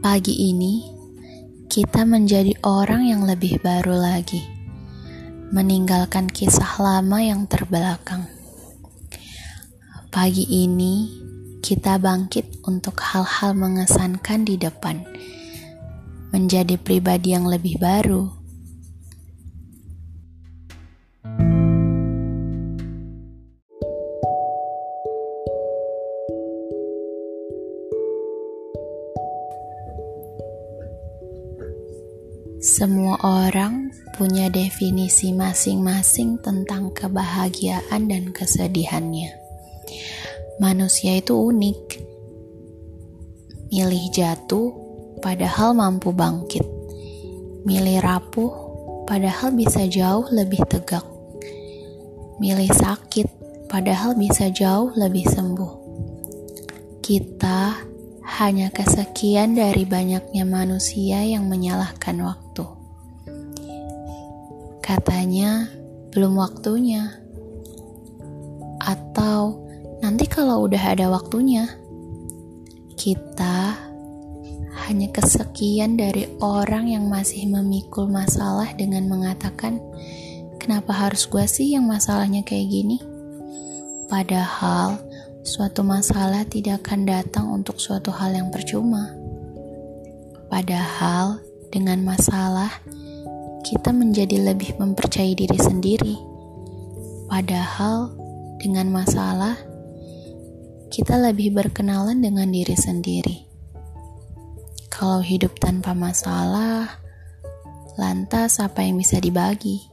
Pagi ini, kita menjadi orang yang lebih baru lagi, meninggalkan kisah lama yang terbelakang. Pagi ini, kita bangkit untuk hal-hal mengesankan di depan, menjadi pribadi yang lebih baru. Semua orang punya definisi masing-masing tentang kebahagiaan dan kesedihannya. Manusia itu unik. Milih jatuh, padahal mampu bangkit. Milih rapuh, padahal bisa jauh lebih tegak. Milih sakit, padahal bisa jauh lebih sembuh. Kita hanya kesekian dari banyaknya manusia yang menyalahkan waktu. Katanya, belum waktunya. Atau, nanti kalau udah ada waktunya. Kita hanya kesekian dari orang yang masih memikul masalah dengan mengatakan, kenapa harus gue sih yang masalahnya kayak gini? Padahal, suatu masalah tidak akan datang untuk suatu hal yang percuma. Padahal, dengan masalah, kita menjadi lebih mempercayai diri sendiri. Padahal, dengan masalah, kita lebih berkenalan dengan diri sendiri. Kalau hidup tanpa masalah, lantas apa yang bisa dibagi?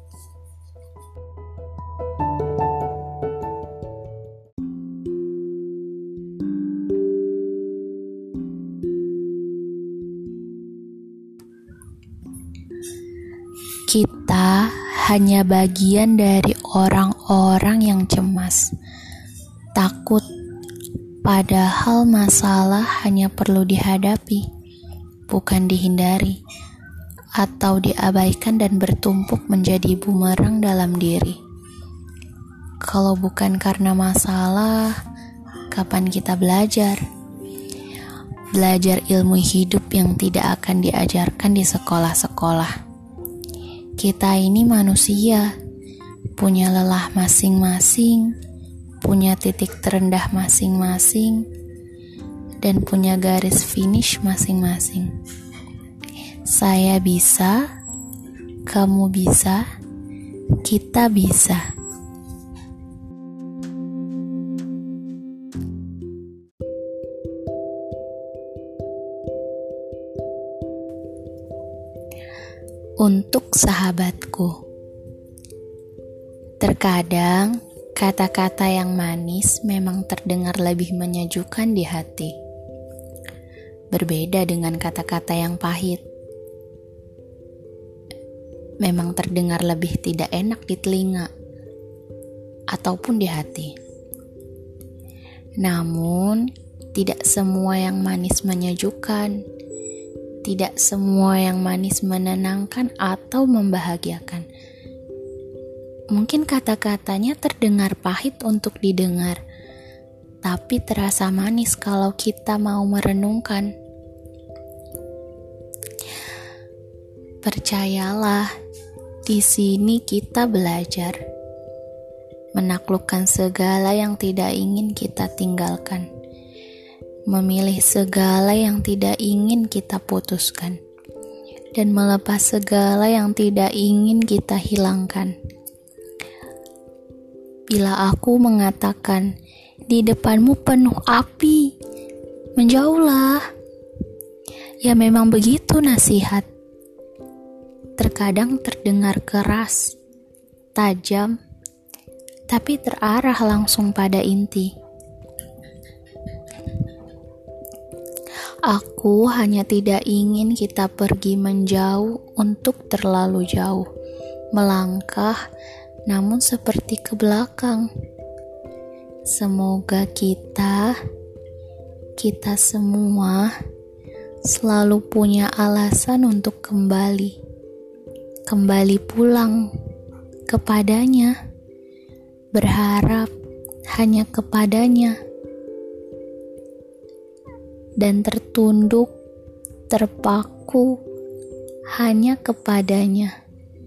Kita hanya bagian dari orang-orang yang cemas, takut, padahal masalah hanya perlu dihadapi, bukan dihindari, atau diabaikan dan bertumpuk menjadi bumerang dalam diri. Kalau bukan karena masalah, kapan kita belajar? Belajar ilmu hidup yang tidak akan diajarkan di sekolah-sekolah. Kita ini manusia, punya lelah masing-masing, punya titik terendah masing-masing, dan punya garis finish masing-masing. Saya bisa, kamu bisa, kita bisa. Untuk sahabatku, terkadang kata-kata yang manis memang terdengar lebih menyejukkan di hati. Berbeda dengan kata-kata yang pahit. Memang terdengar lebih tidak enak di telinga ataupun di hati. Namun, tidak semua yang manis menyejukkan. Tidak semua yang manis menenangkan atau membahagiakan. Mungkin kata-katanya terdengar pahit untuk didengar, tapi terasa manis kalau kita mau merenungkan. Percayalah, di sini kita belajar menaklukkan segala yang tidak ingin kita tinggalkan. Memilih segala yang tidak ingin kita putuskan, dan melepas segala yang tidak ingin kita hilangkan. Bila aku mengatakan, di depanmu penuh api, menjauhlah. Ya memang begitu nasihat. Terkadang terdengar keras, tajam, tapi terarah langsung pada inti. Aku hanya tidak ingin kita pergi menjauh untuk terlalu jauh, melangkah namun seperti ke belakang. Semoga kita semua selalu punya alasan untuk kembali pulang kepadanya, berharap hanya kepadanya, dan tertunduk terpaku hanya kepadanya.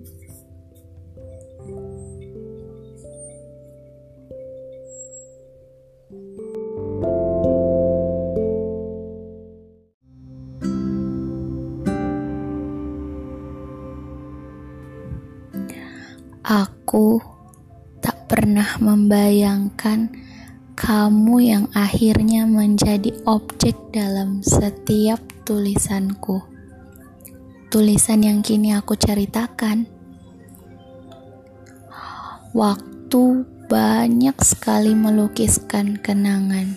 Aku tak pernah membayangkan kamu yang akhirnya menjadi objek dalam setiap tulisanku. Tulisan yang kini aku ceritakan. Waktu banyak sekali melukiskan kenangan.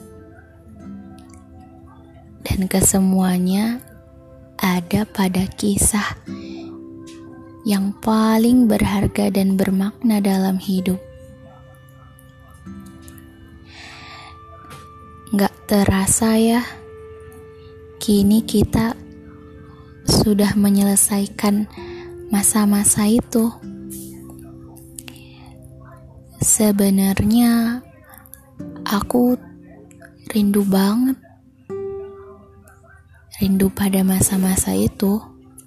Dan kesemuanya ada pada kisah yang paling berharga dan bermakna dalam hidup. Gak terasa ya, kini kita sudah menyelesaikan masa-masa itu. Sebenarnya aku rindu banget, rindu pada masa-masa itu.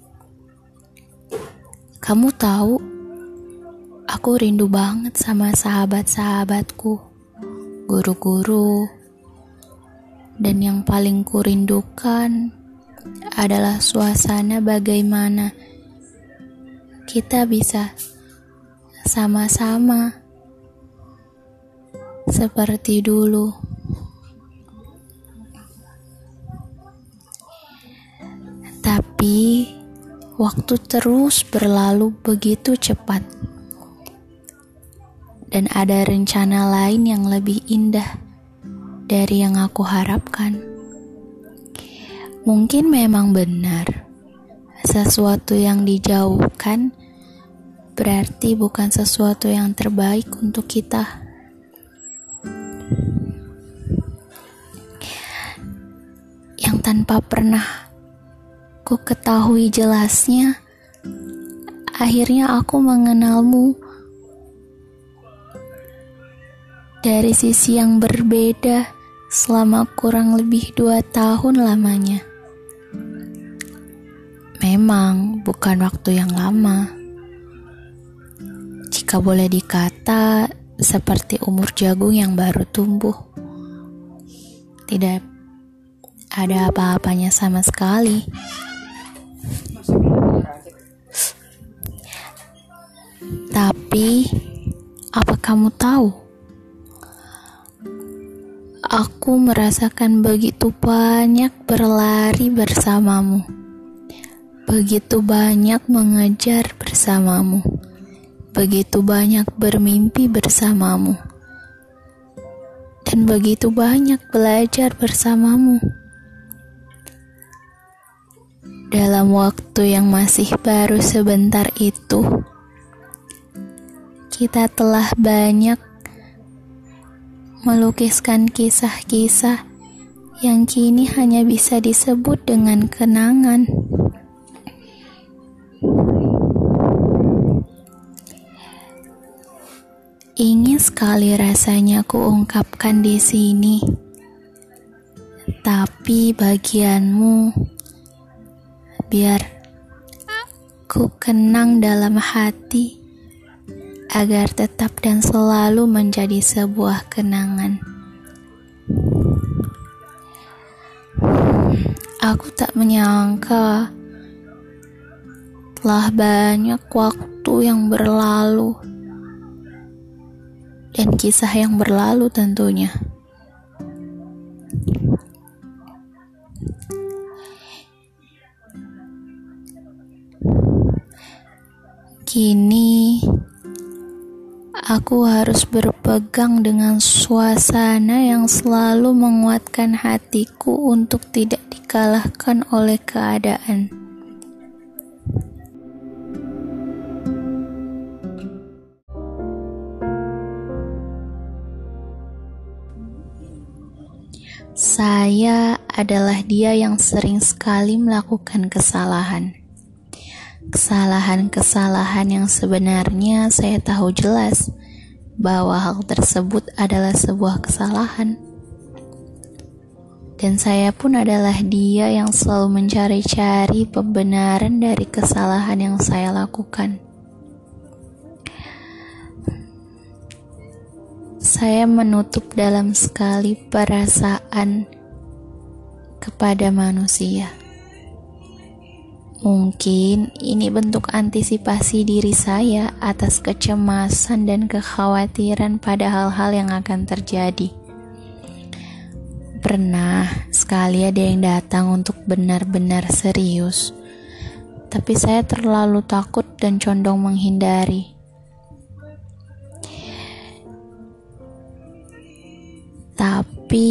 Kamu tahu, aku rindu banget sama sahabat-sahabatku, guru-guru, dan yang paling kurindukan adalah suasana bagaimana kita bisa sama-sama seperti dulu. Tapi waktu terus berlalu begitu cepat, dan ada rencana lain yang lebih indah dari yang aku harapkan. Mungkin memang benar, sesuatu yang dijauhkan berarti bukan sesuatu yang terbaik untuk kita. Yang tanpa pernah ku ketahui jelasnya, akhirnya aku mengenalmu dari sisi yang berbeda selama kurang lebih 2 tahun lamanya. Memang bukan waktu yang lama, jika boleh dikata seperti umur jagung yang baru tumbuh. Tidak ada apa-apanya sama sekali. Tapi, apa kamu tahu? Aku merasakan begitu banyak berlari bersamamu, begitu banyak mengejar bersamamu, begitu banyak bermimpi bersamamu, dan begitu banyak belajar bersamamu. Dalam waktu yang masih baru sebentar itu, kita telah banyak melukiskan kisah-kisah yang kini hanya bisa disebut dengan kenangan. Ingin sekali rasanya ku ungkapkan di sini, tapi bagianmu biar ku kenang dalam hati, agar tetap dan selalu menjadi sebuah kenangan. Aku tak menyangka telah banyak waktu yang berlalu dan kisah yang berlalu tentunya. Kini aku harus berpegang dengan suasana yang selalu menguatkan hatiku untuk tidak dikalahkan oleh keadaan. Saya adalah dia yang sering sekali melakukan kesalahan. Kesalahan-kesalahan yang sebenarnya saya tahu jelas bahwa hal tersebut adalah sebuah kesalahan. Dan saya pun adalah dia yang selalu mencari-cari pembenaran dari kesalahan yang saya lakukan. Saya menutup dalam sekali perasaan kepada manusia. Mungkin ini bentuk antisipasi diri saya atas kecemasan dan kekhawatiran pada hal-hal yang akan terjadi. Pernah sekali ada yang datang untuk benar-benar serius, tapi saya terlalu takut dan condong menghindari. Tapi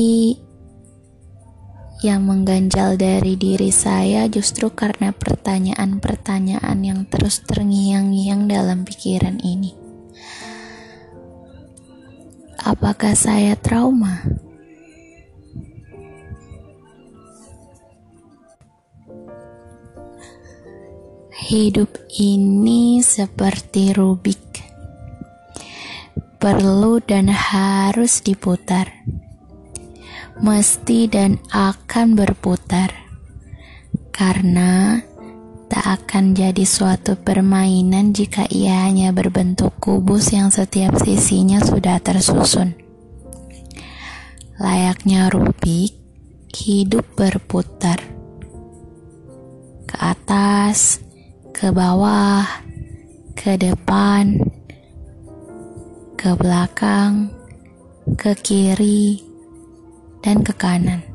yang mengganjal dari diri saya justru karena pertanyaan-pertanyaan yang terus terngiang-ngiang dalam pikiran ini. Apakah saya trauma? Hidup ini seperti Rubik, perlu dan harus diputar, mesti dan akan berputar, karena tak akan jadi suatu permainan jika ia hanya berbentuk kubus yang setiap sisinya sudah tersusun. Layaknya Rubik, hidup berputar, ke atas, ke bawah, ke depan, ke belakang, ke kiri, dan ke kanan.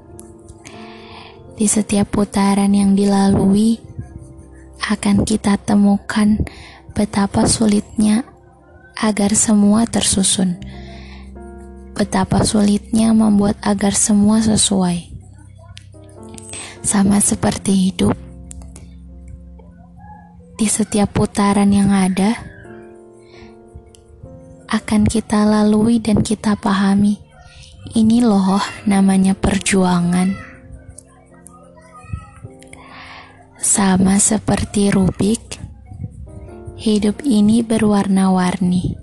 Di setiap putaran yang dilalui, akan kita temukan betapa sulitnya agar semua tersusun, betapa sulitnya membuat agar semua sesuai. Sama seperti hidup, di setiap putaran yang ada, akan kita lalui dan kita pahami. Ini loh namanya perjuangan. Sama seperti Rubik, hidup ini berwarna-warni.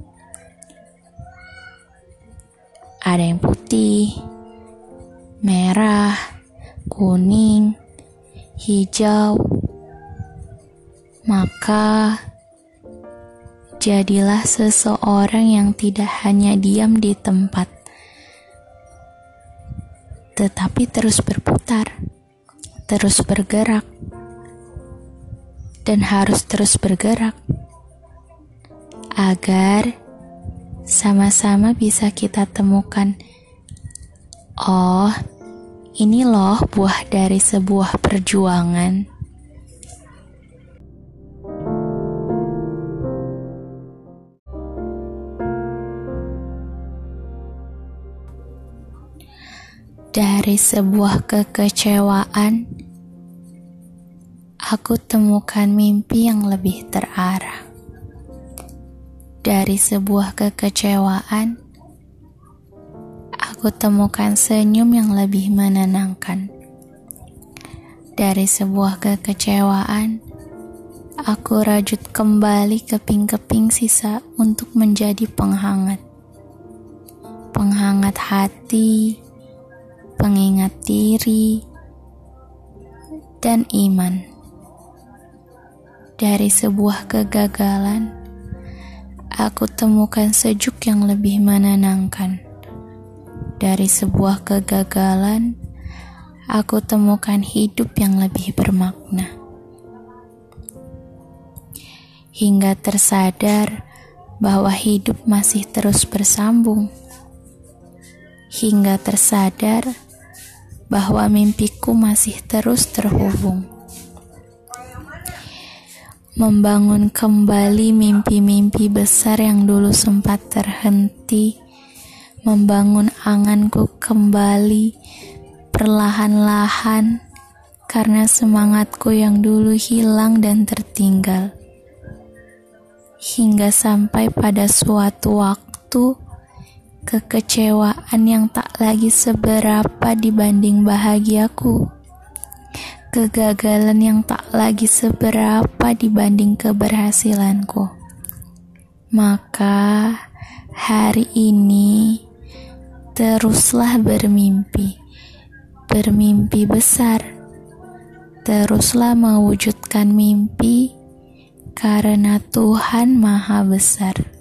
Ada yang putih, merah, kuning, hijau. Maka, jadilah seseorang yang tidak hanya diam di tempat, tetapi terus berputar, terus bergerak, dan harus terus bergerak, agar sama-sama bisa kita temukan, oh, ini loh buah dari sebuah perjuangan. Dari sebuah kekecewaan, aku temukan mimpi yang lebih terarah. Dari sebuah kekecewaan, aku temukan senyum yang lebih menenangkan. Dari sebuah kekecewaan, aku rajut kembali keping-keping sisa untuk menjadi penghangat. Penghangat hati, pengingat diri, dan iman. Dari sebuah kegagalan, aku temukan sejuk yang lebih menenangkan. Dari sebuah kegagalan, aku temukan hidup yang lebih bermakna. Hingga tersadar bahwa hidup masih terus bersambung. Hingga tersadar bahwa mimpiku masih terus terhubung. Membangun kembali mimpi-mimpi besar yang dulu sempat terhenti, membangun anganku kembali perlahan-lahan karena semangatku yang dulu hilang dan tertinggal. Hingga sampai pada suatu waktu, kekecewaan yang tak lagi seberapa dibanding bahagiaku, kegagalan yang tak lagi seberapa dibanding keberhasilanku. Maka hari ini teruslah bermimpi, bermimpi besar. Teruslah mewujudkan mimpi, karena Tuhan Maha Besar.